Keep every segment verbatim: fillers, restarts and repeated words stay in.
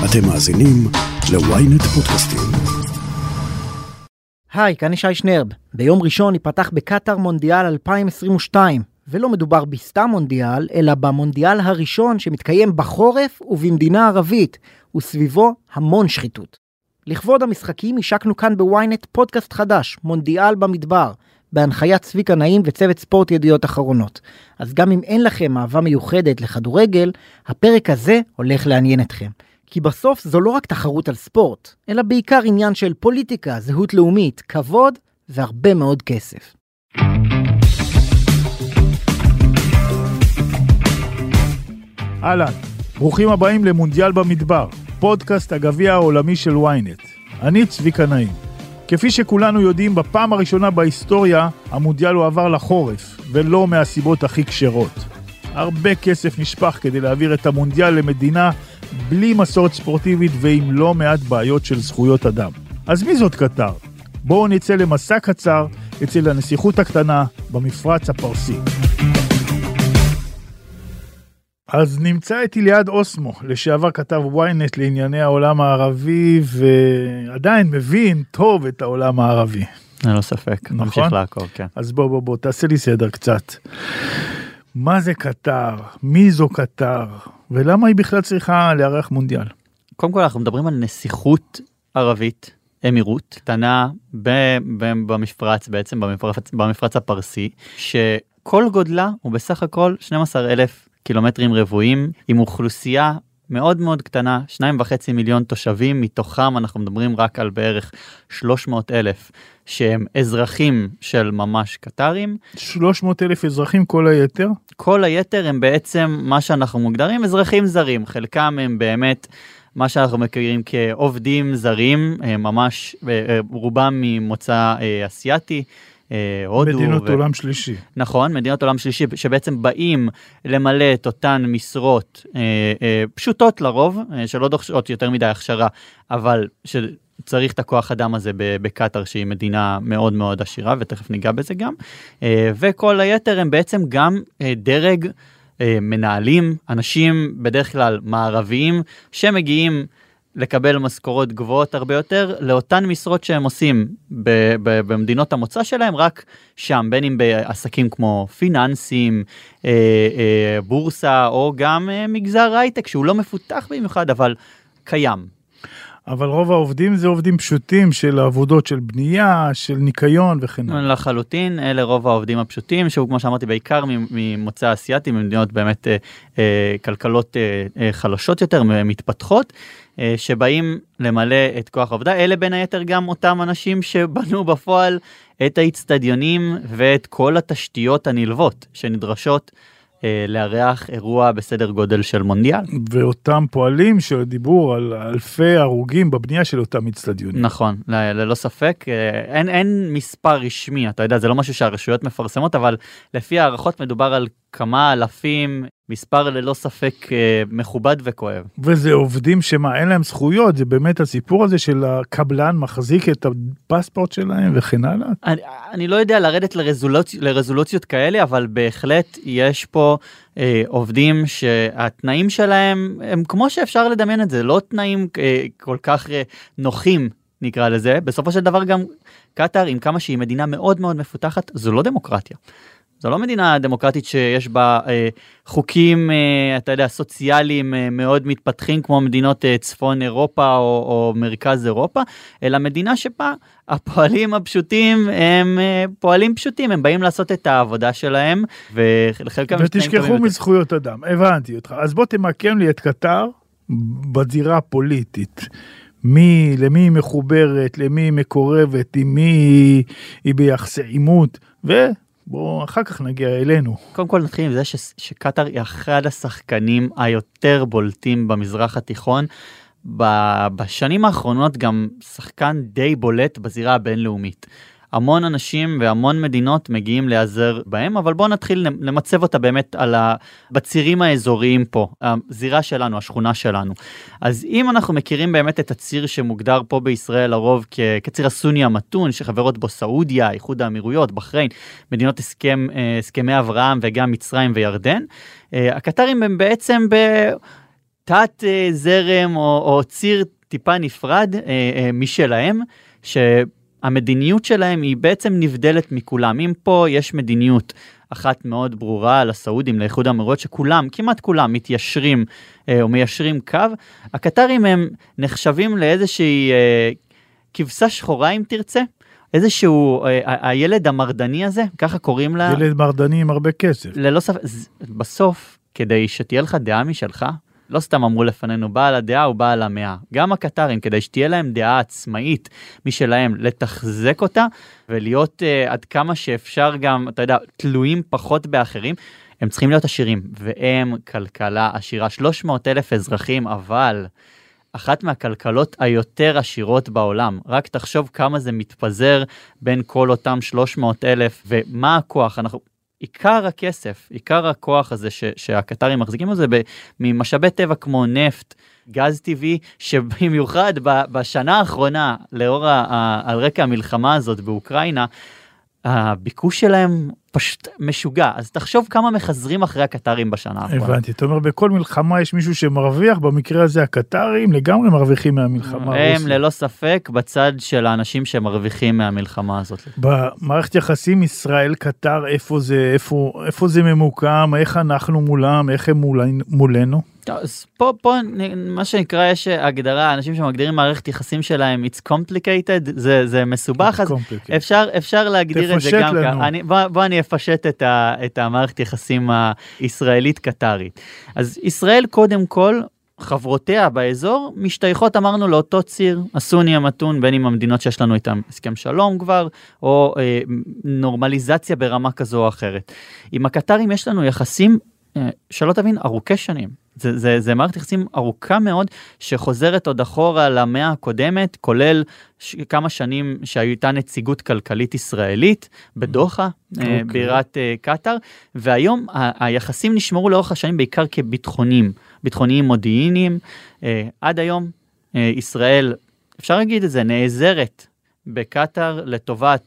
אתם מאזינים ל-ynet פודקאסטים. היי, כאן ישי שנרב. ביום ראשון ייפתח בקטר מונדיאל אלפיים עשרים ושתיים, ולא מדובר בסתם מונדיאל, אלא במונדיאל הראשון שמתקיים בחורף ובמדינה ערבית, וסביבו המון שחיתות. לכבוד המשחקים השקנו כאן ב-ynet פודקאסט חדש, מונדיאל במדבר, בהנחיית צביקה נעים וצוות ספורט ידיעות אחרונות. אז גם אם אין לכם אהבה מיוחדת לכדורגל, הפרק הזה הולך לעניין אתכם. כי בסוף זו לא רק תחרות על ספורט, אלא בעיקר עניין של פוליטיקה, זהות לאומית, כבוד והרבה מאוד כסף. אהלן, ברוכים הבאים למונדיאל במדבר, פודקאסט הגביע העולמי של ynet. אני צביקה נעים. כפי שכולנו יודעים, בפעם הראשונה בהיסטוריה המונדיאל הוא עבר לחורף, ולא מהסיבות הכי כשרות. הרבה כסף נשפך כדי להעביר את המונדיאל למדינה בלי מסורת ספורטיבית ועם לא מעט בעיות של זכויות אדם. אז מי זאת קטר? בואו נצא למסע קצר אצל הנסיכות הקטנה במפרץ הפרסי. אז נמצא איתי ליעד אוסמו, לשעבר כתב ynet לענייני העולם הערבי, ועדיין מבין טוב את העולם הערבי. אין לו ספק, נמשיך לעקוב, כן. אז בוא בוא בוא, תעשה לי סדר קצת. מה זה קטר? מי זו קטר? ולמה היא בכלל צריכה לארח מונדיאל? קודם כל אנחנו מדברים על נסיכות ערבית, אמירות, קטנה במפרץ, בעצם במפרץ, במפרץ הפרסי, שכל גודלה הוא בסך הכל שנים עשר אלף קילומטרים רבועים, עם אוכלוסייה מאוד מאוד קטנה, שניים וחצי מיליון תושבים, מתוכם אנחנו מדברים רק על בערך שלוש מאות אלף שהם אזרחים של ממש קטרים. שלוש מאות אלף אזרחים, כל היתר? כל היתר הם בעצם מה שאנחנו מוגדרים אזרחים זרים, חלקם הם באמת מה שאנחנו מכירים כעובדים זרים, ממש רובם ממוצא אסיאטי, מדינות עולם שלישי. נכון, מדינות עולם שלישי שבעצם באים למלא את אותן משרות פשוטות לרוב, שלא דורשות יותר מדי הכשרה, אבל שצריך את הכוח אדם הזה בקטר שהיא מדינה מאוד מאוד עשירה, ותכף ניגע בזה גם, וכל היתר הם בעצם גם דרג מנהלים, אנשים בדרך כלל מערביים שמגיעים לקבל משכורות גבוהות הרבה יותר, לאותן משרות שהם עושים ב- ב- במדינות המוצא שלהם, רק שם, בין אם בעסקים כמו פיננסים, אה, אה, בורסה, או גם אה, מגזר הייטק, שהוא לא מפותח במיוחד, אבל קיים. אבל רוב העובדים זה עובדים פשוטים של עבודות של בנייה, של ניקיון וכן הלאה. לחלוטין, אלה רוב העובדים הפשוטים, שהוא כמו שאמרתי בעיקר ממוצא אסיאטי, ממדינות באמת אה, אה, כלכלות אה, אה, חלשות יותר, מתפתחות, אה, שבאים למלא את כוח העבודה. אלה בין היתר גם אותם אנשים שבנו בפועל את האצטדיונים ואת כל התשתיות הנלוות שנדרשות לארח אירוע בסדר גודל של מונדיאל. ואותם פועלים שדיברו על אלפי הרוגים בבנייה של אותם אצטדיונים. נכון, ללא ספק. אין, אין מספר רשמי, אתה יודע, זה לא משהו שהרשויות מפרסמות, אבל לפי הערכות מדובר על כמה אלפים, מספר ללא ספק מכובד וכואב. וזה עובדים שמה, אין להם זכויות, זה באמת הסיפור הזה של הקבלן מחזיק את הפספורט שלהם וכן הלאה. אני, אני לא יודע לרדת לרזולוצ, לרזולוציות כאלה, אבל בהחלט יש פה אה, עובדים שהתנאים שלהם הם כמו שאפשר לדמיין את זה, לא תנאים אה, כל כך אה, נוחים נקרא לזה. בסופו של דבר גם קטר, עם כמה שהיא מדינה מאוד מאוד מפותחת, זו לא דמוקרטיה. זו לא מדינה דמוקרטית שיש בה אה, חוקים, אה, אתה יודע, סוציאליים אה, מאוד מתפתחים, כמו מדינות אה, צפון אירופה או, או מרכז אירופה, אלא מדינה שבה הפועלים הפשוטים הם אה, פועלים פשוטים, הם באים לעשות את העבודה שלהם, וחלקם... ותשכחו מזכויות אדם, הבנתי אותך. אז בוא תמקם לי את קטר בזירה הפוליטית. מי, למי היא מחוברת, למי היא מקורבת, עם מי היא ביחסי עימות, ו... בואו אחר כך נגיע אלינו. קודם כל נתחיל עם זה ש- שקטר היא אחד השחקנים היותר בולטים במזרח התיכון. ב- בשנים האחרונות גם שחקן די בולט בזירה הבינלאומית. המון אנשים והמון מדינות מגיעים להיעזר בהם, אבל בואו נתחיל למצב אותה באמת על ה... בצירים האזוריים פה, הזירה שלנו, השכונה שלנו. אז אם אנחנו מכירים באמת את הציר שמוגדר פה בישראל לרוב כ... כציר הסוני המתון, שחברות בו סעודיה, איחוד האמירויות, בחריין, מדינות הסכם, הסכמי אברהם וגם מצרים וירדן, הקטרים הם בעצם ב... תת זרם או, או ציר טיפה נפרד משלהם, שהמדיניות שלהם היא בעצם נבדלת מכולם. אם פה יש מדיניות אחת מאוד ברורה לסעודים, לאיחוד האמירויות, שכולם, כמעט כולם, מתיישרים או מיישרים קו, הקטרים הם נחשבים לאיזושהי כבשה שחורה, אם תרצה, איזשהו, ה- הילד המרדני הזה, ככה קוראים לה. ילד מרדני עם הרבה כסף. ללא ספק, בסוף, כדי שתהיה לך דעה משלך, לא סתם אמרו לפנינו, בעל הדעה הוא בעל המאה. גם הקטרים, כדי שתהיה להם דעה עצמאית משלהם, לתחזק אותה, ולהיות uh, עד כמה שאפשר גם, אתה יודע, תלויים פחות באחרים, הם צריכים להיות עשירים, והם כלכלה עשירה, שלוש מאות אלף אזרחים, אבל אחת מהכלכלות היותר עשירות בעולם. רק תחשוב כמה זה מתפזר בין כל אותם שלוש מאות אלף, ומה הכוח, אנחנו... עיקר הכסף, עיקר הכוח הזה ש, שהקטרים מחזיקים על זה ממשאבי טבע כמו נפט, גז טבעי, שבמיוחד ב, בשנה האחרונה, לאור ה, ה, על רקע המלחמה הזאת באוקראינה, הביקוש שלהם פשוט משוגע. אז תחשוב כמה מחזרים אחרי הקטרים בשנה האחרונה. הבנתי, אתה אומר, בכל מלחמה יש מישהו שמרוויח, במקרה הזה הקטרים לגמרי מרוויחים מהמלחמה. הם ללא ספק בצד של האנשים שמרוויחים מהמלחמה הזאת. במערכת יחסים ישראל-קטר, איפה זה, איפה, איפה זה ממוקם, איך אנחנו מולם, איך הם מולנו? אז פה, פה, מה שנקרא, יש הגדרה, אנשים שמגדירים מערכת יחסים שלהם, it's complicated, זה, זה מסובך, אז אפשר, אפשר להגדיר את זה גם ככה. אני, בוא, בוא אני אפשט את, ה, את המערכת יחסים הישראלית-קטרית. אז ישראל, קודם כל, חברותיה באזור, משתייכות, אמרנו, לאותו ציר, הסוני המתון, בין עם המדינות שיש לנו איתם הסכם שלום כבר, או אה, נורמליזציה ברמה כזו או אחרת. עם הקטרים יש לנו יחסים, אה, שלא תבין, ארוכי שנים. זה, זה, זה מערכת יחסים ארוכה מאוד, שחוזרת עוד אחורה למאה הקודמת, כולל ש... כמה שנים שהייתה נציגות כלכלית ישראלית, בדוחה, okay. בירת קטר, והיום ה- היחסים נשמרו לאורך השנים בעיקר כביטחוניים, ביטחוניים מודיעיניים, עד היום ישראל, אפשר להגיד את זה, נעזרת בקטר לטובת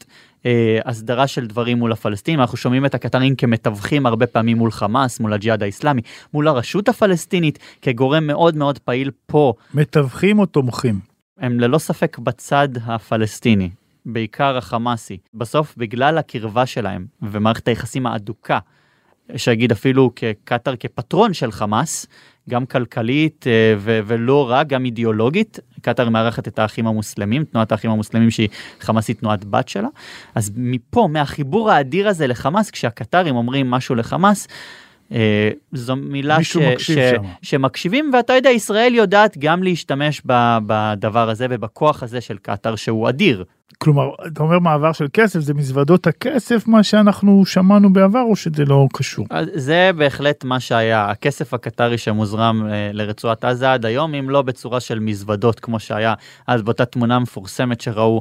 הסדרה של דברים מול הפלסטינים. אנחנו שומעים את הקטרים כמתווכים הרבה פעמים מול חמאס, מול הג'יהאד האסלאמי, מול הרשות הפלסטינית, כגורם מאוד מאוד פעיל פה. מתווכים או תומכים? הם ללא ספק בצד הפלסטיני, בעיקר החמאסי. בסוף, בגלל הקרבה שלהם ומערכת היחסים האדוקה, שאגיד אפילו כקטר כפטרון של חמאס, גם כלכלית ו- ולא רק, גם אידיאולוגית. קטר מערכת את האחים המוסלמים, תנועת האחים המוסלמים שהיא חמאסית תנועת בת שלה. אז מפה, מהחיבור האדיר הזה לחמאס, כשהקטרים אומרים משהו לחמאס, אה, זו מילה ש- ש- שמקשיבים, ואתה יודע, ישראל יודעת גם להשתמש ב- בדבר הזה ובכוח הזה של קטר שהוא אדיר. כלומר, אתה אומר מעבר של כסף, זה מזוודות הכסף, מה שאנחנו שמענו בעבר, או שזה לא קשור? זה בהחלט מה שהיה, הכסף הקטרי שמוזרם לרצועת עזה עד היום, אם לא בצורה של מזוודות, כמו שהיה אז באותה תמונה מפורסמת שראו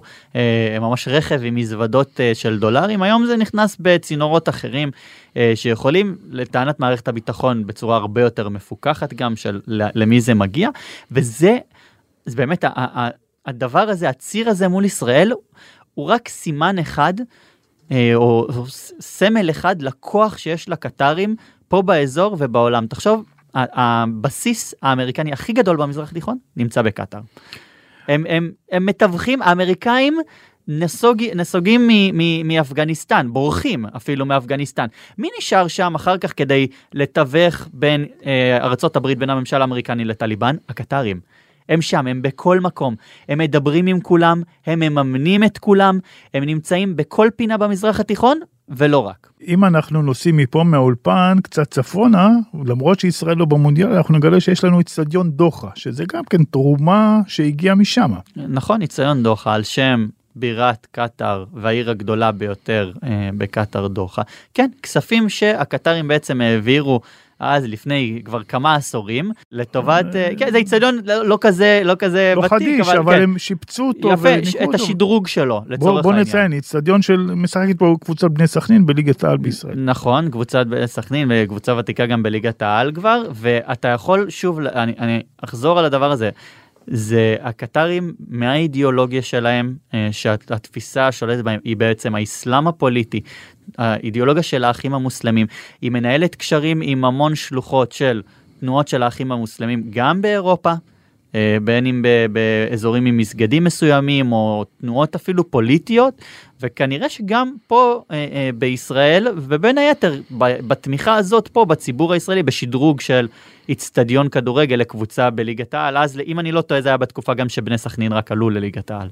ממש רכב עם מזוודות של דולרים, היום זה נכנס בצינורות אחרים, שיכולים לטענת מערכת הביטחון בצורה הרבה יותר מפוקחת גם של למי זה מגיע, וזה זה באמת ה... הדבר הזה, הציר הזה מול ישראל, הוא רק סימן אחד, או, או סמל אחד לכוח שיש לקטרים פה באזור ובעולם. תחשוב, הבסיס האמריקני הכי גדול במזרח התיכון נמצא בקטר. הם, הם, הם מתווכים, האמריקאים נסוג, נסוגים מ, מ, מאפגניסטן, בורחים אפילו מאפגניסטן. מי נשאר שם אחר כך כדי לתווך בין אה, ארצות הברית, בין הממשל האמריקני לטליבן? הקטרים. הם שם, הם בכל מקום, הם מדברים עם כולם, הם מממנים את כולם, הם נמצאים בכל פינה במזרח התיכון, ולא רק. אם אנחנו נוסעים מפה מהאולפן, קצת צפונה, למרות שישראל לא במונדיאל, אנחנו נגלה שיש לנו אצטדיון דוחה, שזה גם כן תרומה שהגיעה משם. נכון, אצטדיון דוחה, על שם בירת קטר, והעיר הגדולה ביותר אה, בקטר דוחה. כן, כספים שהקטרים בעצם העבירו, אז לפני כבר כמה עשורים, לטובת, כן, זה אצטדיון לא כזה, לא כזה ותיק, לא חדיש, אבל הם שיפצו אותו. יפה, את השדרוג שלו, לצורך העניין. בוא נציין, אצטדיון של, משחקת פה קבוצת בני סכנין בליגת העל בישראל. נכון, קבוצת בני סכנין, וקבוצה ותיקה גם בליגת העל כבר, ואתה יכול, שוב, אני אחזור על הדבר הזה, זה הקטרים מהאידיאולוגיה שלהם, שהתפיסה השולטת בהם היא בעצם האסלאם הפוליטי, האידיאולוגיה של האחים המוסלמים, היא מנהלת קשרים עם המון שלוחות של תנועות של האחים המוסלמים גם באירופה, בין אם באזורים עם מסגדים מסוימים, או תנועות אפילו פוליטיות, וכנראה שגם פה בישראל, ובין היתר בתמיכה הזאת פה בציבור הישראלי, בשדרוג של אצטדיון כדורגל לקבוצה בליגת העל, אז אם אני לא טועה, זה היה בתקופה גם שבני סכנין רק עלו לליגת העל.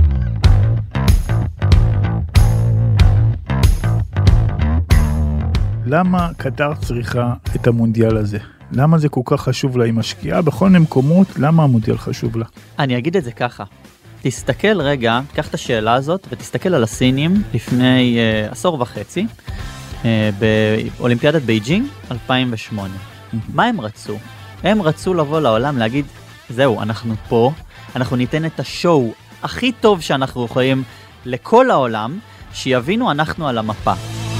למה קטר צריכה את המונדיאל הזה? למה זה כל כך חשוב לה? היא משקיעה בכל מיני מקומות, למה המונדיאל חשוב לה? אני אגיד את זה ככה. תסתכל רגע, קח את השאלה הזאת, ותסתכל על הסינים לפני uh, עשור וחצי, uh, באולימפיאדת בייג'ינג, אלפיים ושמונה. מה הם רצו? הם רצו לבוא לעולם להגיד, זהו, אנחנו פה, אנחנו ניתן את השואו הכי טוב שאנחנו יכולים לכל העולם, שיבינו אנחנו על המפה.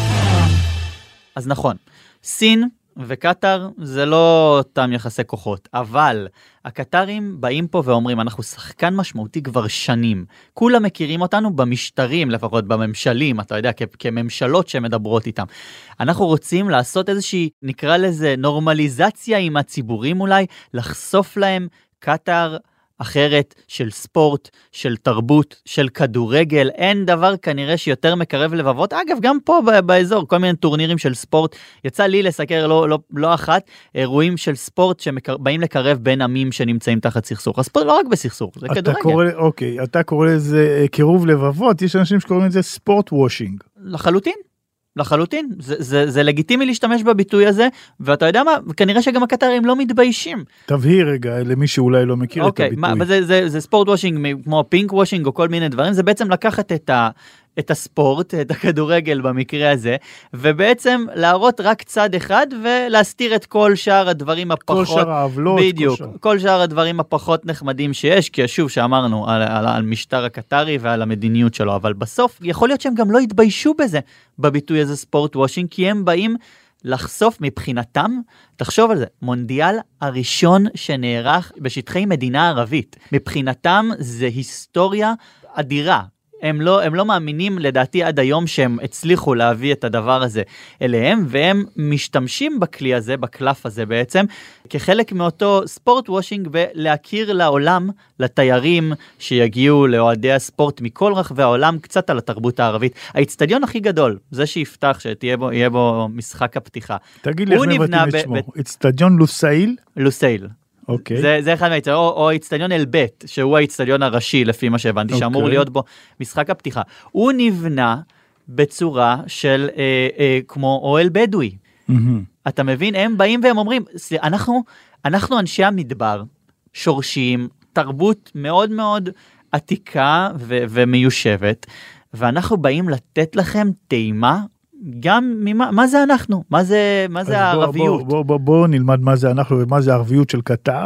אז נכון, סין וקטר זה לא אותם יחסי כוחות, אבל הקטרים באים פה ואומרים, אנחנו שחקן משמעותי כבר שנים, כולם מכירים אותנו במשטרים, לפחות בממשלים, אתה יודע, כ- כממשלות שמדברות איתם. אנחנו רוצים לעשות איזושהי, נקרא לזה, נורמליזציה עם הציבורים אולי, לחשוף להם קטר אחרת של ספורט, של תרבות, של כדורגל, אין דבר כנראה שיותר מקרב לבבות, אגב גם פה באזור, כל מיני טורנירים של ספורט, יצא לי לסקר לא, לא, לא אחת, אירועים של ספורט שבאים לקרב בין עמים שנמצאים תחת סכסוך, הספורט לא רק בסכסוך, זה כדורגל. קורא, אוקיי, אתה קורא לזה קירוב לבבות, יש אנשים שקוראים לזה ספורט וושינג. לחלוטין. לחלוטין, זה, זה, זה לגיטימי להשתמש בביטוי הזה, ואתה יודע מה, כנראה שגם הקטרים לא מתביישים. תבהיר רגע למי שאולי לא מכיר אוקיי, את הביטוי. מה, זה, זה, זה ספורט וושינג, כמו פינק וושינג או כל מיני דברים, זה בעצם לקחת את, ה, את הספורט, את הכדורגל במקרה הזה, ובעצם להראות רק צד אחד, ולהסתיר את כל שאר הדברים הפחות... כל שאר העוולות. בדיוק, כל שאר. כל שאר הדברים הפחות נחמדים שיש, כי שוב שאמרנו על, על, על משטר הקטרי ועל המדיניות שלו, אבל בסוף יכול להיות שהם גם לא יתביישו בזה, בביטוי הזה ספורט וושינג, כי הם באים לחשוף מבחינתם, תחשוב על זה, מונדיאל הראשון שנערך בשטחי מדינה ערבית, מבחינתם זה היסטוריה אדירה, הם לא, הם לא מאמינים לדעתי עד היום שהם הצליחו להביא את הדבר הזה אליהם, והם משתמשים בכלי הזה, בקלף הזה בעצם, כחלק מאותו ספורט וושינג, ולהכיר לעולם, לתיירים שיגיעו לאוהדי הספורט מכל רחבי העולם, קצת על התרבות הערבית. האצטדיון הכי גדול, זה שיפתח, שתהיה בו, יהיה בו משחק הפתיחה. תגיד לי, איך מבטאים את שמו? אצטדיון לוסייל? לוסייל. Okay. זה, זה אחד מהאצטדיון, או, או אצטדיון אלבט, שהוא האצטדיון הראשי, לפי מה שהבנתי, okay. שאמור להיות בו משחק הפתיחה. הוא נבנה בצורה של, אה, אה, כמו אוהל בדואי. Mm-hmm. אתה מבין? הם באים והם אומרים, אנחנו, אנחנו אנשי המדבר, שורשים, תרבות מאוד מאוד עתיקה ו- ומיושבת, ואנחנו באים לתת לכם טעימה, גם ממה, מה זה אנחנו? מה זה, מה זה הערביות? בוא, בוא, בוא, בוא נלמד מה זה אנחנו ומה זה הערביות של קטר.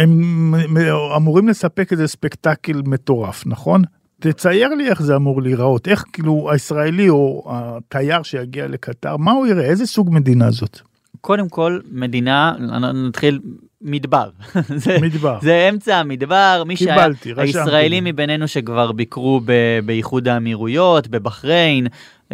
הם אמורים לספק איזה ספקטקל מטורף, נכון? תצייר לי איך זה אמור להיראות, איך כאילו הישראלי או התייר שיגיע לקטר, מה הוא יראה? איזה סוג מדינה זאת? קודם כל, מדינה, נתחיל מדבר. זה, מדבר. זה אמצע המדבר, מי קיבלתי, שהיה, הישראלים מבינינו שכבר ביקרו ב, באיחוד האמירויות, בבחריין,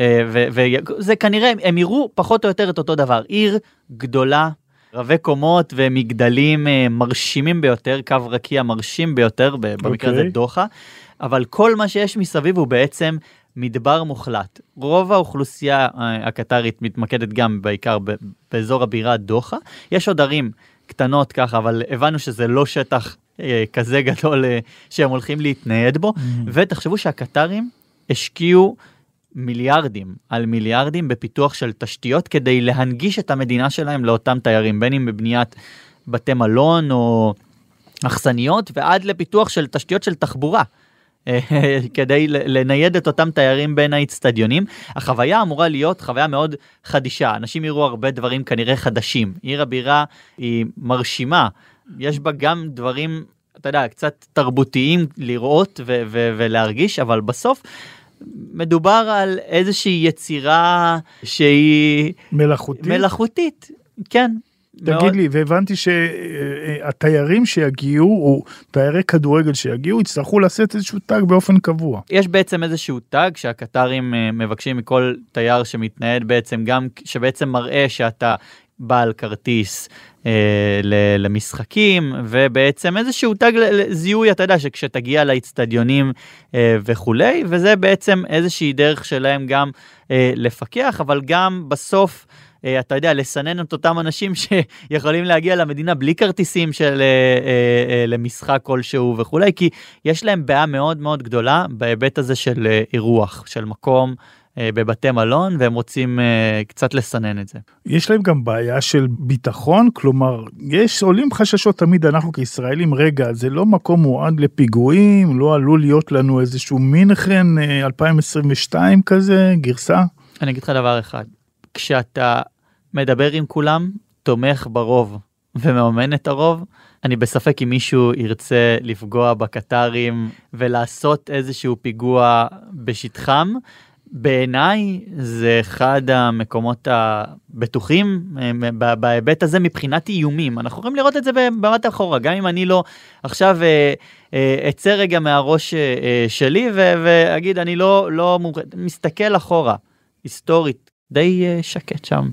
וזה כנראה, הם יראו פחות או יותר את אותו דבר. עיר גדולה, רבי קומות ומגדלים מרשימים ביותר, קו רקיע מרשים ביותר, במקרה הזה דוחה, אבל כל מה שיש מסביב הוא בעצם מדבר מוחלט. רוב האוכלוסייה הקטרית מתמקדת גם בעיקר באזור הבירה דוחה. יש עוד ערים קטנות ככה, אבל הבנו שזה לא שטח כזה גדול שהם הולכים להתנייד בו, ותחשבו שהקטרים השקיעו מיליארדים על מיליארדים בפיתוח של תשתיות כדי להנגיש את המדינה שלהם לאותם תיירים, בין אם בבניית בתי מלון או אכסניות, ועד לפיתוח של תשתיות של תחבורה, כדי לנייד את אותם תיירים בין האצטדיונים. החוויה אמורה להיות חוויה מאוד חדישה, אנשים יראו הרבה דברים כנראה חדשים, עיר הבירה היא מרשימה, יש בה גם דברים, אתה יודע, קצת תרבותיים לראות ו- ו- ולהרגיש, אבל בסוף מדובר על איזושהי יצירה שהיא מלאכותית, מלאכותית, כן. תגיד מאוד. לי, והבנתי שהתיירים שיגיעו, או תיירי כדורגל שיגיעו, יצטרכו לשאת איזשהו טאג באופן קבוע. יש בעצם איזשהו טאג שהקטרים מבקשים מכל תייר שמתנהד בעצם, גם שבעצם מראה שאתה בעל כרטיס אה, למשחקים, ובעצם איזשהו תג זיהוי, אתה יודע, שכשתגיע לאצטדיונים אה, וכולי, וזה בעצם איזושהי דרך שלהם גם אה, לפקח, אבל גם בסוף, אה, אתה יודע, לסנן את אותם אנשים שיכולים להגיע למדינה בלי כרטיסים של, אה, אה, אה, למשחק כלשהו וכולי, כי יש להם בעיה מאוד מאוד גדולה בהיבט הזה של אה, אירוח, של מקום, בבתי מלון, והם רוצים uh, קצת לסנן את זה. יש להם גם בעיה של ביטחון, כלומר, יש עולים חששות תמיד, אנחנו כישראלים, רגע, זה לא מקום מועד לפיגועים, לא עלול להיות לנו איזשהו מינכן uh, אלפיים עשרים ושתיים כזה, גרסה? אני אגיד לך דבר אחד, כשאתה מדבר עם כולם, תומך ברוב, ומאמן את הרוב, אני בספק אם מישהו ירצה לפגוע בקטרים, ולעשות איזשהו פיגוע בשטחם, בעיניי זה אחד המקומות הבטוחים בהיבט הזה מבחינת איומים. אנחנו יכולים לראות את זה במבט אחורה, גם אם אני לא עכשיו אצא רגע מהראש שלי ואגיד אני לא, לא מסתכל אחורה, היסטורית, די שקט שם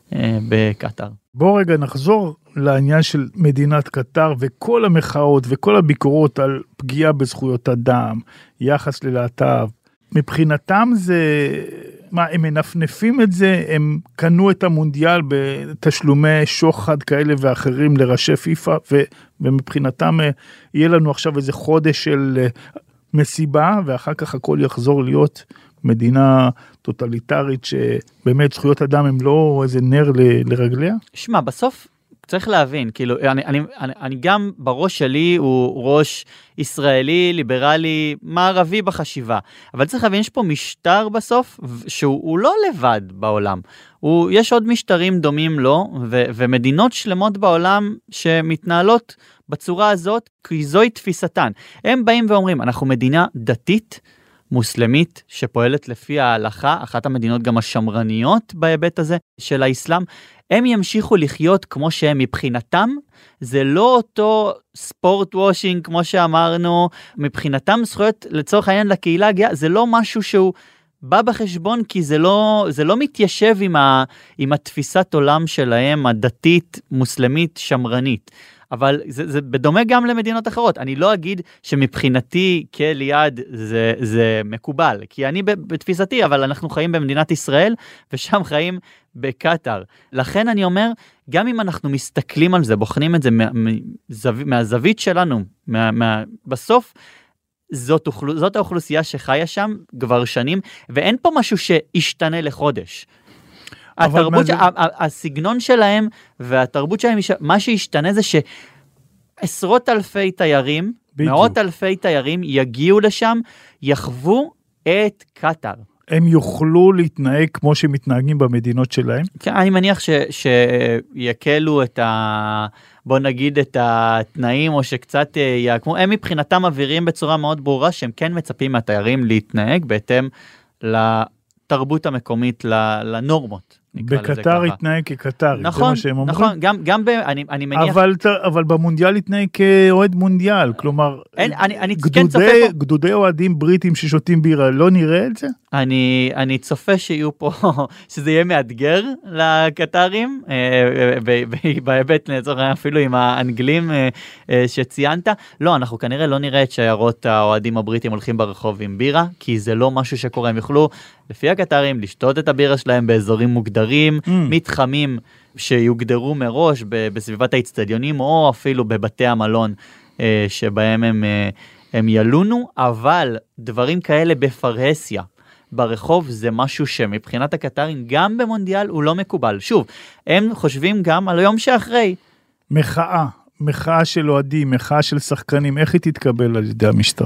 בקטר. בואו רגע נחזור לעניין של מדינת קטר וכל המחאות וכל הביקורות על פגיעה בזכויות אדם, יחס ללהט"ב. מבחינתם זה, מה, הם מנפנפים את זה, הם קנו את המונדיאל בתשלומי שוחד כאלה ואחרים לראשי פיפה, ו, ומבחינתם יהיה לנו עכשיו איזה חודש של מסיבה, ואחר כך הכל יחזור להיות מדינה טוטליטרית, שבאמת זכויות אדם הם לא איזה נר ל, לרגליה? שמע, בסוף צריך להבין, כאילו, אני, אני, אני, אני גם בראש שלי הוא ראש ישראלי, ליברלי, מערבי בחשיבה, אבל צריך להבין, יש פה משטר בסוף, שהוא לא לבד בעולם, הוא, יש עוד משטרים דומים לו, ו, ומדינות שלמות בעולם שמתנהלות בצורה הזאת, כי זוהי תפיסתן. הם באים ואומרים, אנחנו מדינה דתית, מוסלמית, שפועלת לפי ההלכה, אחת המדינות גם השמרניות בהיבט הזה של האסלאם, הם ימשיכו לחיות כמו שהם מבחינתם, זה לא אותו ספורט וושינג כמו שאמרנו, מבחינתם זכויות לצורך העניין לקהילה הגאה, זה לא משהו שהוא בא בחשבון, כי זה לא, זה לא מתיישב עם, ה, עם התפיסת עולם שלהם, הדתית, מוסלמית, שמרנית. אבל זה, זה בדומה גם למדינות אחרות. אני לא אגיד שמבחינתי כליד זה, זה מקובל, כי אני בתפיסתי, אבל אנחנו חיים במדינת ישראל, ושם חיים בקטר. לכן אני אומר, גם אם אנחנו מסתכלים על זה, בוחנים את זה מה, מהזווית שלנו, מה, מה, בסוף, זאת, זאת האוכלוסייה שחיה שם כבר שנים, ואין פה משהו שישתנה לחודש. התרבות, זה... הסגנון שלהם והתרבות שלהם, מה שישתנה זה שעשרות אלפי תיירים, בדיוק. מאות אלפי תיירים יגיעו לשם, יחוו את קטר. הם יוכלו להתנהג כמו שמתנהגים במדינות שלהם? כן, אני מניח ש, שיקלו את ה... בוא נגיד את התנאים, או שקצת יעקמו, הם מבחינתם מבהירים בצורה מאוד ברורה, שהם כן מצפים מהתיירים להתנהג בהתאם לתרבות המקומית, לנורמות. בקטר התנהג כקטר, נכון, זה מה שהם אומרים. נכון, גם, גם ב, אני, אני מניח... אבל, אבל במונדיאל התנהג כאוהד מונדיאל, כלומר, אין, אני, אני גדודי, כן צופה פה... גדודי אוהדים בריטים ששותים בירה, לא נראה את זה? אני, אני צופה שיהיו פה, שזה יהיה מאתגר לקטרים, בהיבט לצורך אפילו עם האנגלים שציינת. לא, אנחנו כנראה לא נראה את שיירות האוהדים הבריטים הולכים ברחוב עם בירה, כי זה לא משהו שקורה, הם יוכלו, לפי הקטרים, לשתות את הבירה שלהם באזורים מוגדרים, mm. מתחמים שיוגדרו מראש בסביבת האצטדיונים, או אפילו בבתי המלון שבהם הם, הם ילונו, אבל דברים כאלה בפרהסיה, ברחוב זה משהו שמבחינת הקטרים, גם במונדיאל הוא לא מקובל. שוב, הם חושבים גם על היום שאחרי. מחאה, מחאה של אוהדים, מחאה של שחקנים, איך היא תתקבל על ידי המשטר?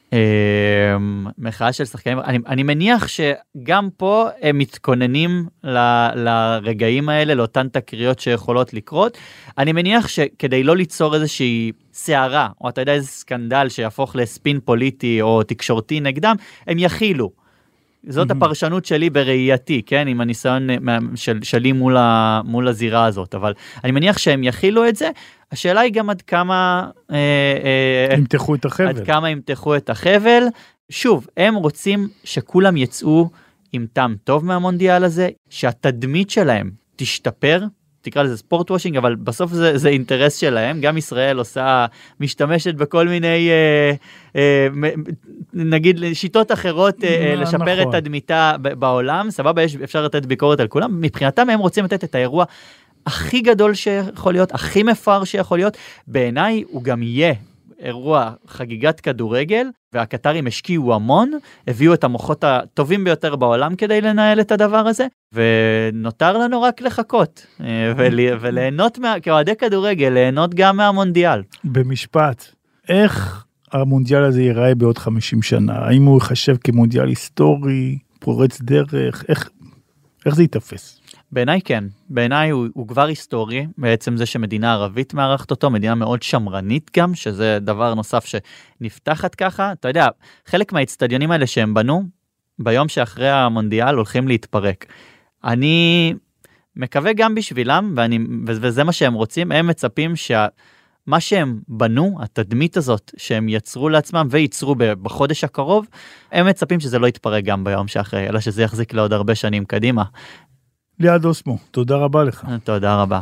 מחאה של שחקנים, אני, אני מניח שגם פה הם מתכוננים ל, לרגעים האלה, לאותן תקריות שיכולות לקרות. אני מניח שכדי לא ליצור איזושהי שערה, או אתה יודע איזה סקנדל שיהפוך לספין פוליטי או תקשורתי נגדם, הם יכילו. זאת הפרשנות שלי בראייתי, כן, עם הניסיון של, שלי מול, ה, מול הזירה הזאת, אבל אני מניח שהם יכילו את זה. השאלה היא גם עד כמה... ימתחו את החבל. עד כמה ימתחו את החבל. שוב, הם רוצים שכולם יצאו עם טעם טוב מהמונדיאל הזה, שהתדמית שלהם תשתפר, תקרא לזה ספורט וושינג, אבל בסוף זה, זה אינטרס שלהם, גם ישראל עושה, משתמשת בכל מיני, אה, אה, נגיד, שיטות אחרות אה, לשפר נכון. את תדמיתה בעולם, סבבה, יש, אפשר לתת ביקורת על כולם, מבחינתם הם רוצים לתת את האירוע הכי גדול שיכול להיות, הכי מפואר שיכול להיות, בעיניי הוא גם יהיה אירוע חגיגת כדורגל, והקטרים השקיעו המון, הביאו את המוחות הטובים ביותר בעולם כדי לנהל את הדבר הזה, ונותר לנו רק לחכות, וליהנות, כאוהדי כדורגל, ליהנות גם מהמונדיאל. במשפט, איך המונדיאל הזה ייראה בעוד חמישים שנה? האם הוא יחשב כמונדיאל היסטורי, פורץ דרך? איך, איך זה יתפס? בעיניי כן, בעיניי הוא, הוא כבר היסטורי, בעצם זה שמדינה ערבית מערכת אותו, מדינה מאוד שמרנית גם, שזה דבר נוסף שנפתחת ככה, אתה יודע, חלק מהאצטדיונים האלה שהם בנו, ביום שאחרי המונדיאל הולכים להתפרק. אני מקווה גם בשבילם, ואני, וזה מה שהם רוצים, הם מצפים שה... מה שהם בנו, התדמית הזאת שהם יצרו לעצמם וייצרו בחודש הקרוב, הם מצפים שזה לא יתפרק גם ביום שאחרי, אלא שזה יחזיק לעוד הרבה שנים קדימה. ליעד אוסמו, תודה רבה לך. תודה רבה.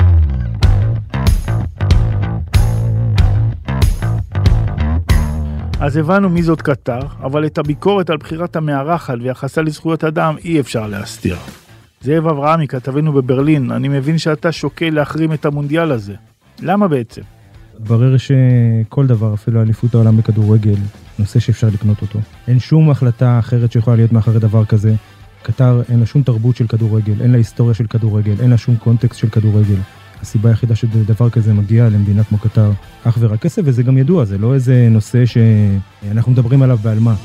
אז הבנו מי זאת קטר, אבל את הביקורת על בחירת המארחת ויחסה לזכויות אדם אי אפשר להסתיר. זאב אברהמי, כתבנו בברלין, אני מבין שאתה שוקל להחרים את המונדיאל הזה. למה בעצם? ברר שכל דבר, אפילו אליפות העולם בכדורגל, נושא שאפשר לקנות אותו. אין שום החלטה אחרת שיכולה להיות מאחורי דבר כזה. קטר אין לה שום תרבות של כדורגל, אין לה היסטוריה של כדורגל, אין לה שום קונטקסט של כדורגל. הסיבה היחידה שדבר כזה מגיע למדינה כמו קטר, אך ורק כסף, וזה גם ידוע, זה לא איזה נושא שאנחנו מדברים עליו בעלמה.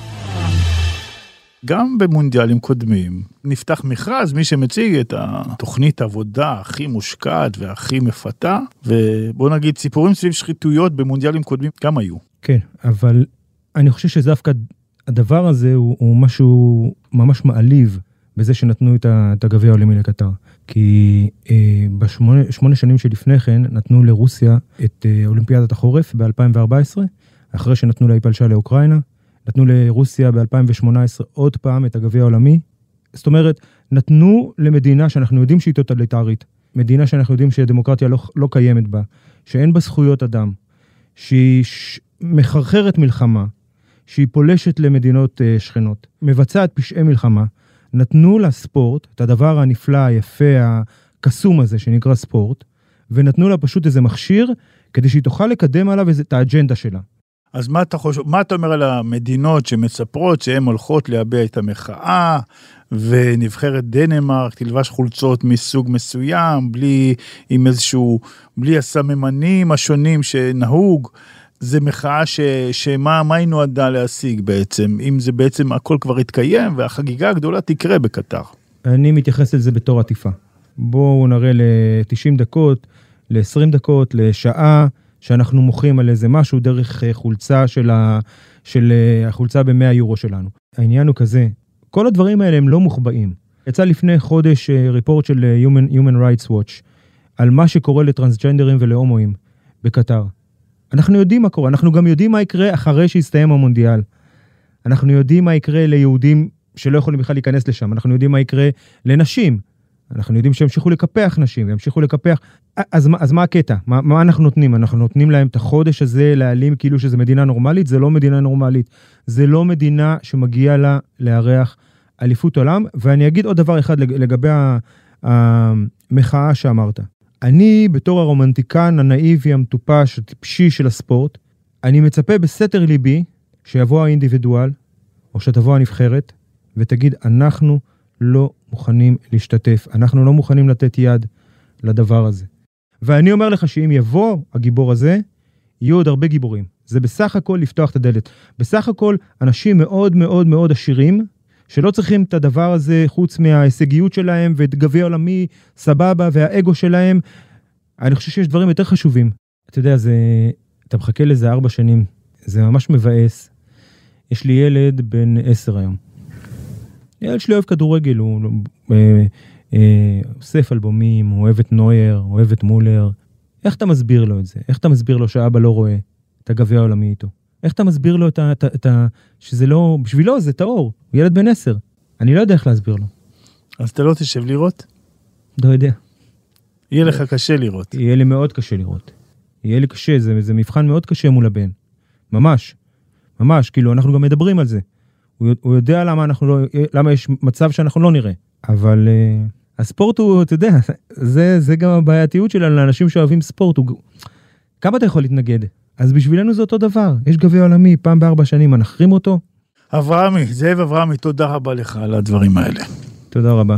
גם במונדיאלים קודמים נפתח מכרז, מי שמציג את התוכנית העבודה הכי מושקעת והכי מפתה, ובוא נגיד סיפורים סביב שחיתויות במונדיאלים קודמים גם היו. כן, אבל אני חושב שדווקא הדבר הזה הוא, הוא משהו ממש מעליב בזה שנתנו את הגביע העולמי לקטר. כי אה, בשמונה שמונה שנים שלפני כן נתנו לרוסיה את אה, אולימפיאדת החורף ב-אלפיים וארבע עשרה, אחרי שנתנו לה פלשה לאוקראינה, נתנו לרוסיה ב-אלפיים ושמונה עשרה עוד פעם את הגביע העולמי. זאת אומרת, נתנו למדינה שאנחנו יודעים שהיא טוטליטרית, מדינה שאנחנו יודעים שהדמוקרטיה לא, לא קיימת בה, שאין בה זכויות אדם, שהיא ש... מחרחרת מלחמה, שהיא פולשת למדינות uh, שכנות, מבצעת פשעי מלחמה, נתנו לה ספורט, את הדבר הנפלא, היפה, הקסום הזה שנקרא ספורט, ונתנו לה פשוט איזה מכשיר, כדי שהיא תוכל לקדם עליו את האג'נדה שלה. אז מה אתה חושב, מה אתה אומר על המדינות שמצפרות שהן הולכות להביע את המחאה, ונבחרת דנמרק תלבש חולצות מסוג מסוים, בלי, עם איזשהו, בלי הסממנים השונים שנהוג, זה מחאה ש, שמה, מה היא נועדה להשיג בעצם, אם זה בעצם הכל כבר התקיים, והחגיגה הגדולה תקרה בקטר. אני מתייחס לזה בתור עטיפה. בואו נראה ל-תשעים דקות, ל-עשרים דקות, לשעה, שאנחנו מוכרים על איזה משהו דרך חולצה של, ה, של החולצה ב-מאה יורו שלנו. העניין הוא כזה, כל הדברים האלה הם לא מוחבאים. יצא לפני חודש ריפורט של Human, Human Rights Watch, על מה שקורה לטרנסג'נדרים ולהומואים בקטר. אנחנו יודעים מה קורה, אנחנו גם יודעים מה יקרה אחרי שיסתיים המונדיאל. אנחנו יודעים מה יקרה ליהודים שלא יכולים בכלל להיכנס לשם, אנחנו יודעים מה יקרה לנשים, אנחנו יודעים שימשיכו לקפח נשים, וימשיכו לקפח, אז, אז מה הקטע? מה, מה אנחנו נותנים? אנחנו נותנים להם את החודש הזה להעלים כאילו שזה מדינה נורמלית, זה לא מדינה נורמלית, זה לא מדינה שמגיע לה לארח אליפות עולם, ואני אגיד עוד דבר אחד לגבי המחאה שאמרת. אני בתור הרומנטיקן הנאיבי, המטופש, הטיפשי של הספורט, אני מצפה בסתר ליבי שיבוא האינדיבידואל, או שתבוא הנבחרת, ותגיד, אנחנו לא מוכנים להשתתף, אנחנו לא מוכנים לתת יד לדבר הזה. ואני אומר לך שאם יבוא הגיבור הזה, יהיו עוד הרבה גיבורים. זה בסך הכל לפתוח את הדלת. בסך הכל אנשים מאוד מאוד מאוד עשירים, שלא צריכים את הדבר הזה חוץ מההישגיות שלהם, ואת גביע עולמי סבבה, והאגו שלהם. אני חושב שיש דברים יותר חשובים. אתה יודע, זה, אתה מחכה לזה ארבע שנים. זה ממש מבאס. יש לי ילד בן עשר היום. ילד שלי אוהב כדורגל, הוא אה, אה, אוסף אלבומים, הוא אוהב את נויר, הוא אוהב את מולר. איך אתה מסביר לו את זה? איך אתה מסביר לו שאבא לא רואה את הגביע העולמי איתו? איך אתה מסביר לו את ה, את ה, את ה, שזה לא, בשבילו זה טהור, הוא ילד בן עשר. אני לא יודע איך להסביר לו. אז אתה לא תשב לראות? לא יודע. יהיה לך קשה לראות. יהיה לי מאוד קשה לראות. יהיה לי קשה, זה, זה מבחן מאוד קשה מול הבן. ממש. ממש, כאילו, אנחנו גם מדברים על זה. הוא, הוא יודע למה אנחנו לא, למה יש מצב שאנחנו לא נראה. אבל uh, הספורט הוא, אתה יודע, זה, זה גם הבעייתיות שלנו, לאנשים שאוהבים ספורט. הוא, כמה אתה יכול להתנגד? אז בשבילנו זה אותו דבר. יש גביע עולמי, פעם בארבע שנים, מנחרים אותו. אברהמי, זאב אברהמי, תודה רבה לך על הדברים האלה. תודה רבה.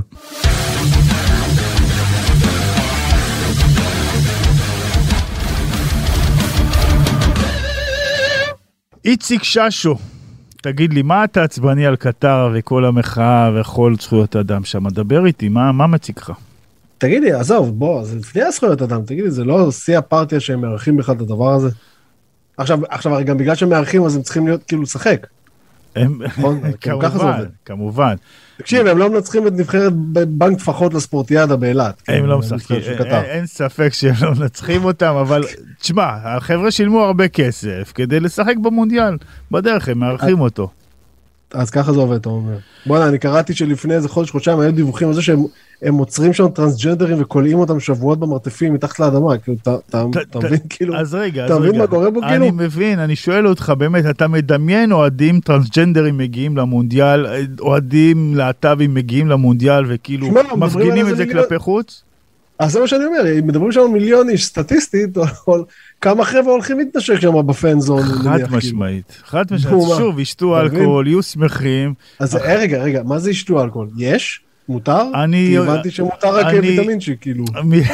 איציק ששו, תגיד לי, מה אתה עצבני על קטר וכל המחאה וכל זכויות אדם שם? דבר איתי, מה, מה מציג לך? תגיד לי, עזוב, בוא, זה לפני הזכויות אדם, תגיד לי, זה לא שיא הפרטיה שהם מארחים בכלל את הדבר הזה? עכשיו, עכשיו, הרי גם בגלל שהם מארחים, אז הם צריכים להיות, כאילו, לשחק. הם, כמובן, כמובן. תקשיב, הם לא מנצחים את נבחרת בנק טפחות לספורטיאדה באילת. הם לא משחקים, אין ספק שהם לא מנצחים אותם, אבל תשמע, החבר'ה שילמו הרבה כסף כדי לשחק במונדיאל, בדרך הם מארחים אותו. אז ככה זה עובד, אתה אומר. בוא'נה, אני קראתי שלפני איזה חודש, חודשיים, היו דיווחים על זה שהם מוצרים שם טרנסג'נדרים וקולעים אותם שבועות במרתפים מתחת לאדמה, כאילו, אתה מבין, כאילו, אז רגע, אתה מבין מה קורה בו, כאילו? אני מבין, אני שואל אותך, באמת, אתה מדמיין אוהדים טרנסג'נדרים מגיעים למונדיאל, אוהדים להט"בים מגיעים למונדיאל, וכאילו, מפגינים את זה כלפי חוץ? אז זה מה שאני אומר, מדברים שם מיליון איש סטטיסטית, כמה חבר'ה הולכים להתנשק שם בפנזון. חד משמעית, חד משמעית, שוב, ישתו אלכוהול, יהיו שמחים. אז רגע, רגע, מה זה ישתו אלכוהול? יש? מותר? כי הבנתי שמותר רק ויטמינצ'י, כאילו.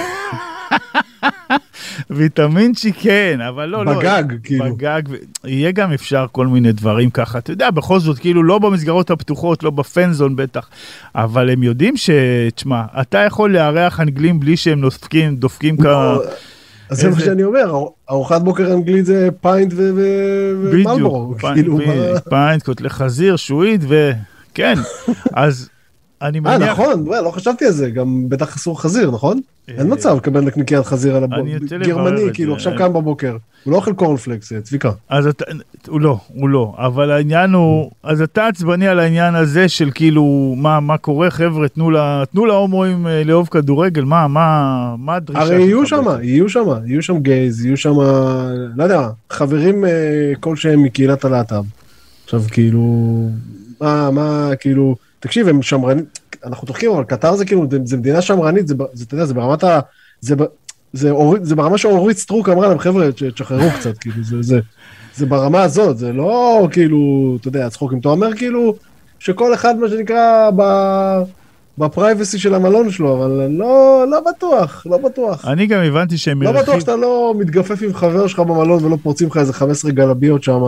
ויטמינצ'י כן, אבל לא, לא. בגג, כאילו. בגג, יהיה גם אפשר כל מיני דברים ככה, אתה יודע, בכל זאת, כאילו, לא במסגרות הפתוחות, לא בפנזון בטח, אבל הם יודעים ש, תשמע, אתה יכול לארח אנגלים בלי שהם דופקים, דופקים כ... אז זה מה שאני אומר, ארוחת בוקר אנגלית זה פיינט ומלבורו. בדיוק, פיינט, קוטלי חזיר, שועית, וכן, אז... אני מניח... אה, נכון, לא חשבתי על זה, גם בטח אסור חזיר, נכון? אין מצב לקבל נקניקיית חזיר על גרמני, כאילו עכשיו קם בבוקר, הוא לא אוכל קורנפלקס, צביקה. אז אתה, הוא לא, הוא לא, אבל העניין הוא, אז אתה עצבני על העניין הזה של כאילו, מה, מה קורה, חבר'ה, תנו להומואים לאהוב כדורגל, מה, מה, מה הדרישה? הרי יהיו שם, יהיו שם, יהיו שם גייז, יהיו שם, לא יודע, חברים כלשהם מקהילת הלהט"ב. עכשיו, כאילו, מה, מה, כאילו, תקשיב, הם שמרנים, אנחנו תוחקים, אבל קטר זה כאילו, זה מדינה שמרנית, זה, זה, אתה יודע, זה ברמת ה... זה, זה, זה ברמה שאורית סטרוק אמרה להם, חבר'ה, תשחררו קצת, כאילו, זה, זה, זה ברמה הזאת, זה לא כאילו, אתה יודע, צחוקים, אתה אומר כאילו, שכל אחד מה שנקרא ב... בפרייבסי של המלון שלו, אבל לא, לא בטוח, לא בטוח. אני גם הבנתי שהם... לא בטוח שאתה לא מתגפף עם חבר שלך במלון, ולא פורצים לך איזה חמש עשרה גלביות שם,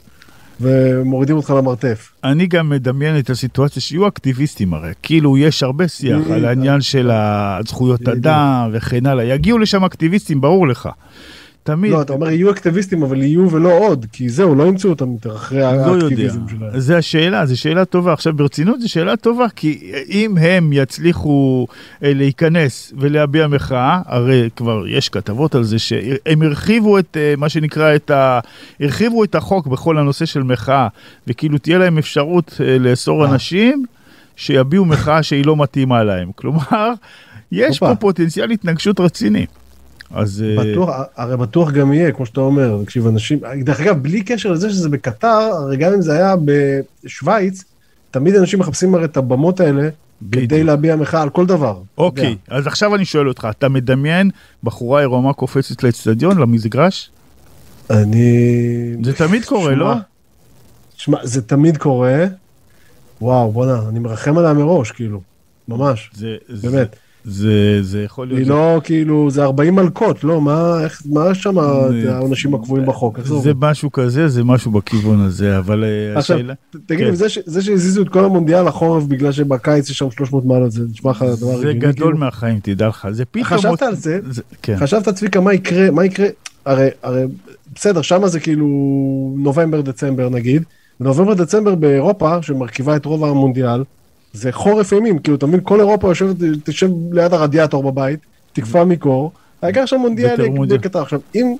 ומורידים אותך למרתף. אני גם מדמיין את הסיטואציה שיהיו אקטיביסטים הרי, כאילו יש הרבה שיח על העניין של הזכויות אדם וכן הלאה, יגיעו לשם אקטיביסטים, ברור לך. תמיד... לא, אתה אומר יהיו אקטיביסטים, אבל יהיו ולא עוד, כי זהו, לא ימצאו אותם יותר אחרי האקטיביזם שלהם. זה השאלה, זו שאלה טובה. עכשיו ברצינות זו שאלה טובה, כי אם הם יצליחו להיכנס ולהביע מחאה, הרי כבר יש כתבות על זה, שהם הרחיבו את מה שנקרא, את ה... הרחיבו את החוק בכל הנושא של מחאה, וכאילו תהיה להם אפשרות לאסור אנשים שיביעו מחאה שהיא לא מתאימה להם. כלומר, יש פה פוטנציאל התנגשות רציני. אז בטוח, הרי בטוח גם יהיה, כמו שאתה אומר, תקשיב, אנשים, דרך אגב, בלי קשר לזה שזה בקטר, הרי גם אם זה היה בשוויץ, תמיד אנשים מחפשים הרי את הבמות האלה, כדי להביע מחאה על כל דבר. אוקיי, אז עכשיו אני שואל אותך, אתה מדמיין בחורה עירומה קופצת לאצטדיון, למגרש? אני... זה תמיד קורה, לא? תשמע, זה תמיד קורה, וואו, בוא'נה, אני מרחם עליה מראש, כאילו, ממש, באמת. זה, זה יכול להיות... היא לא, כאילו, זה ארבעים מלכות, לא? מה, איך, מה שם האנשים הקבועים בחוק? זה משהו כזה, זה משהו בכיוון הזה, אבל השאלה... תגיד, זה שהזיזו את כל המונדיאל לחורף בגלל שבקיץ יש שם שלוש מאות מעלות, זה נשמע לך דבר... זה גדול מהחיים, תדע לך. זה פתאום... חשבת על זה? חשבת, צביקה, מה יקרה, מה יקרה? הרי, הרי, בסדר, שם זה כאילו נובמבר, דצמבר נגיד, ונובמבר, דצמבר באירופה, שמרכיבה את רוב המונדיאל, זה חורף אימים, כאילו, אתה מבין, כל אירופה יושבת, תשב ליד הרדיאטור בבית, תקפה מקור, העיקר שם מונדיאל בקטר. עכשיו, אם,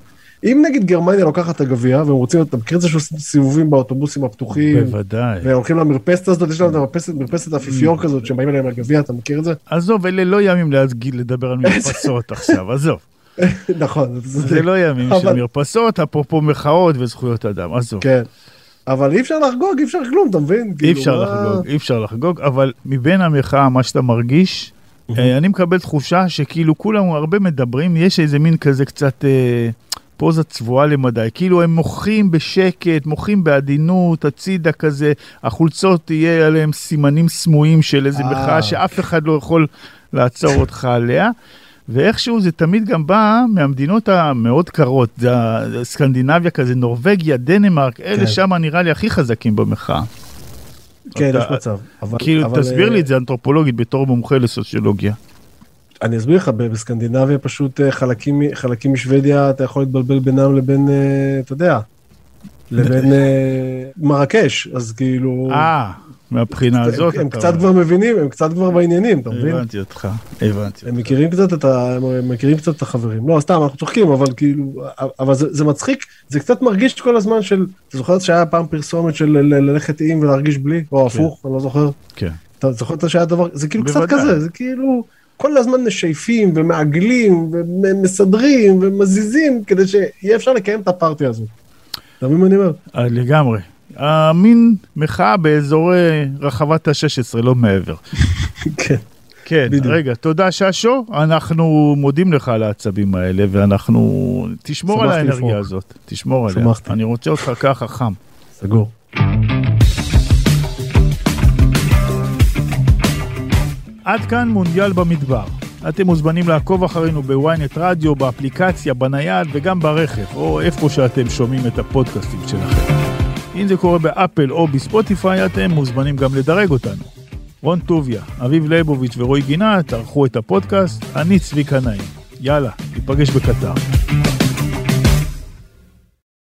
אם נגיד גרמניה לוקחת את הגביע, והם רוצים, אתה מכיר את זה שעושים סיבובים באוטובוסים הפתוחים, בוודאי. והולכים למרפסת הזאת, יש להם מרפסת, מרפסת האפיפיור כזאת, שהם באים אליהם לגביע, אתה מכיר את זה? עזוב, אלה לא ימים לדבר על מרפסות עכשיו, עזוב. נכון. זה לא ימים של מרפסות, אפרופו מחאות וזכויות אדם, עזוב. כן. אבל אי אפשר לחגוג, אי אפשר כלום, אתה מבין? אי אפשר לחגוג, אי אפשר לחגוג, אבל מבין המחאה, מה שאתה מרגיש, אני מקבל תחושה שכאילו כולם הרבה מדברים, יש איזה מין כזה קצת פוזה צבועה למדי, כאילו הם מוחים בשקט, מוחים בעדינות, הצידה כזה, החולצות תהיה עליהם סימנים סמויים של איזה מחאה שאף אחד לא יכול לעצור אותך עליה, ואיכשהו זה תמיד גם בא מהמדינות המאוד קרות, זה סקנדינביה כזה, נורווגיה, דנמרק, אלה שם נראה לי הכי חזקים במחאה. כן, יש מצב. כאילו, תסביר לי את זה אנתרופולוגית בתור מומחה לסוציולוגיה. אני אסביר לך, בסקנדינביה פשוט חלקים, חלקים משוודיה, אתה יכול להתבלבל בינם לבין, אתה יודע, לבין מרקש, אז כאילו... אה, מהבחינה הזאת. הם קצת כבר מבינים, הם קצת כבר בעניינים, אתה מבין? הבנתי אותך, הבנתי אותך. הם מכירים קצת את ה... הם מכירים קצת את החברים. לא, סתם, אנחנו צוחקים, אבל כאילו, אבל זה, זה מצחיק, זה קצת מרגיש כל הזמן של, אתה זוכר שהיה פעם פרסומת של ללכת עם ולהרגיש בלי, או הפוך, אני לא זוכר. כן. אתה זוכר שהיה דבר, זה כאילו קצת כזה, זה כאילו, כל הזמן נשייפים ומעגלים ומסדרים ומזיזים, כדי שיהיה אפשר לקיים את הפארטי הזאת. אתה מבין מה אני אומר? לגמרי. המין מחאה באזורי רחבת ה-שש עשרה, לא מעבר. כן. כן, רגע, תודה ששו, אנחנו מודים לך על העצבים האלה, ואנחנו, תשמור על האנרגיה הזאת, תשמור עליה. אני רוצה אותך ככה חם. סגור. עד כאן מונדיאל במדבר. אתם מוזמנים לעקוב אחרינו בוויינט רדיו, באפליקציה, בנייד וגם ברכב, או איפה שאתם שומעים את הפודקאסטים שלכם. אם זה קורה באפל או בספוטיפיי, אתם מוזמנים גם לדרג אותנו. רון טוביה, אביב ליבוביץ' ורועי גינת, ערכו את הפודקאסט, אני צביקה נעים. יאללה, ניפגש בקטר.